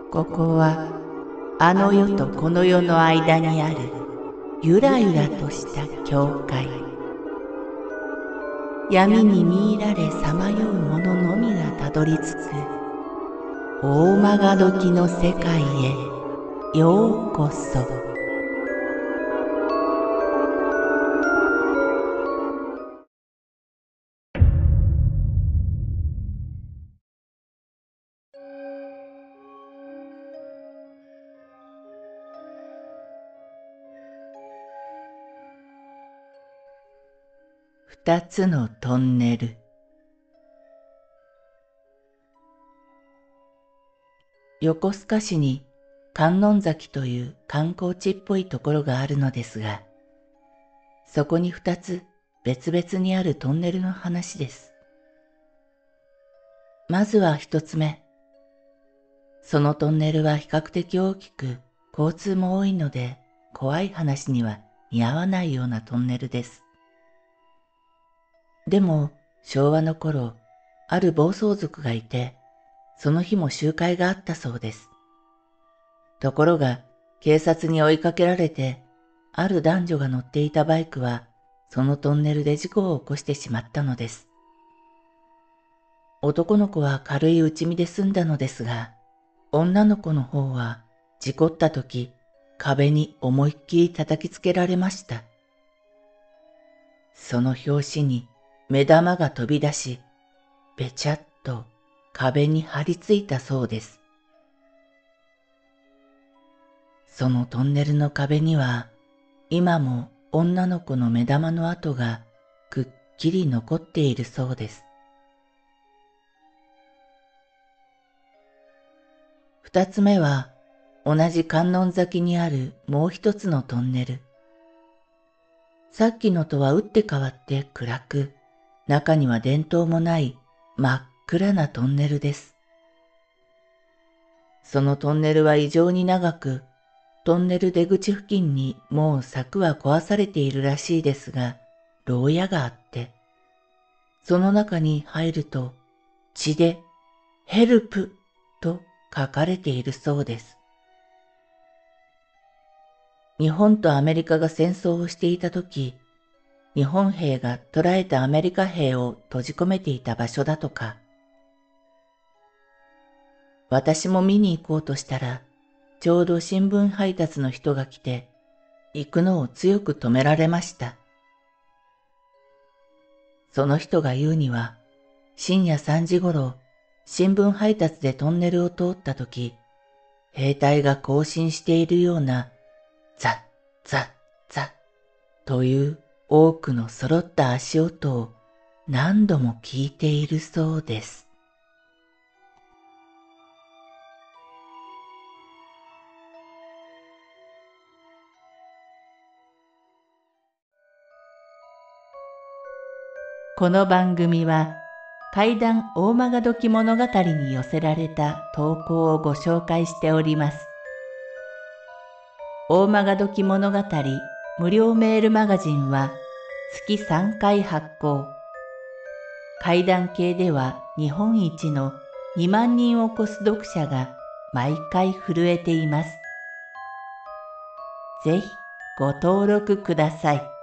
ここはあの世とこの世の間にあるゆらゆらとした境界。闇に見入られさまよう者のみがたどり着く大曲どきの世界へようこそ。二つのトンネル。横須賀市に観音崎という観光地っぽいところがあるのですが、そこに二つ別々にあるトンネルの話です。まずは一つ目。そのトンネルは比較的大きく交通も多いので怖い話には似合わないようなトンネルです。でも昭和の頃、ある暴走族がいて、その日も集会があったそうです。ところが警察に追いかけられて、ある男女が乗っていたバイクはそのトンネルで事故を起こしてしまったのです。男の子は軽い打ち身で済んだのですが、女の子の方は事故った時、壁に思いっきり叩きつけられました。その拍子に目玉が飛び出し、べちゃっと壁に張り付いたそうです。そのトンネルの壁には、今も女の子の目玉の跡がくっきり残っているそうです。二つ目は、同じ観音崎にあるもう一つのトンネル。さっきのとは打って変わって暗く、中には電灯もない真っ暗なトンネルです。そのトンネルは異常に長く、トンネル出口付近にもう柵は壊されているらしいですが、牢屋があって、その中に入ると血でヘルプと書かれているそうです。日本とアメリカが戦争をしていたとき、日本兵が捕らえたアメリカ兵を閉じ込めていた場所だとか。私も見に行こうとしたら、ちょうど新聞配達の人が来て、行くのを強く止められました。その人が言うには、深夜3時ごろ、新聞配達でトンネルを通ったとき、兵隊が行進しているような、ザッザッザッという多くの揃った足音を何度も聞いているそうです。この番組は怪談大曲どき物語に寄せられた投稿をご紹介しております。大曲どき物語無料メールマガジンは月3回発行。怪談系では日本一の2万人を超す読者が毎回震えています。ぜひご登録ください。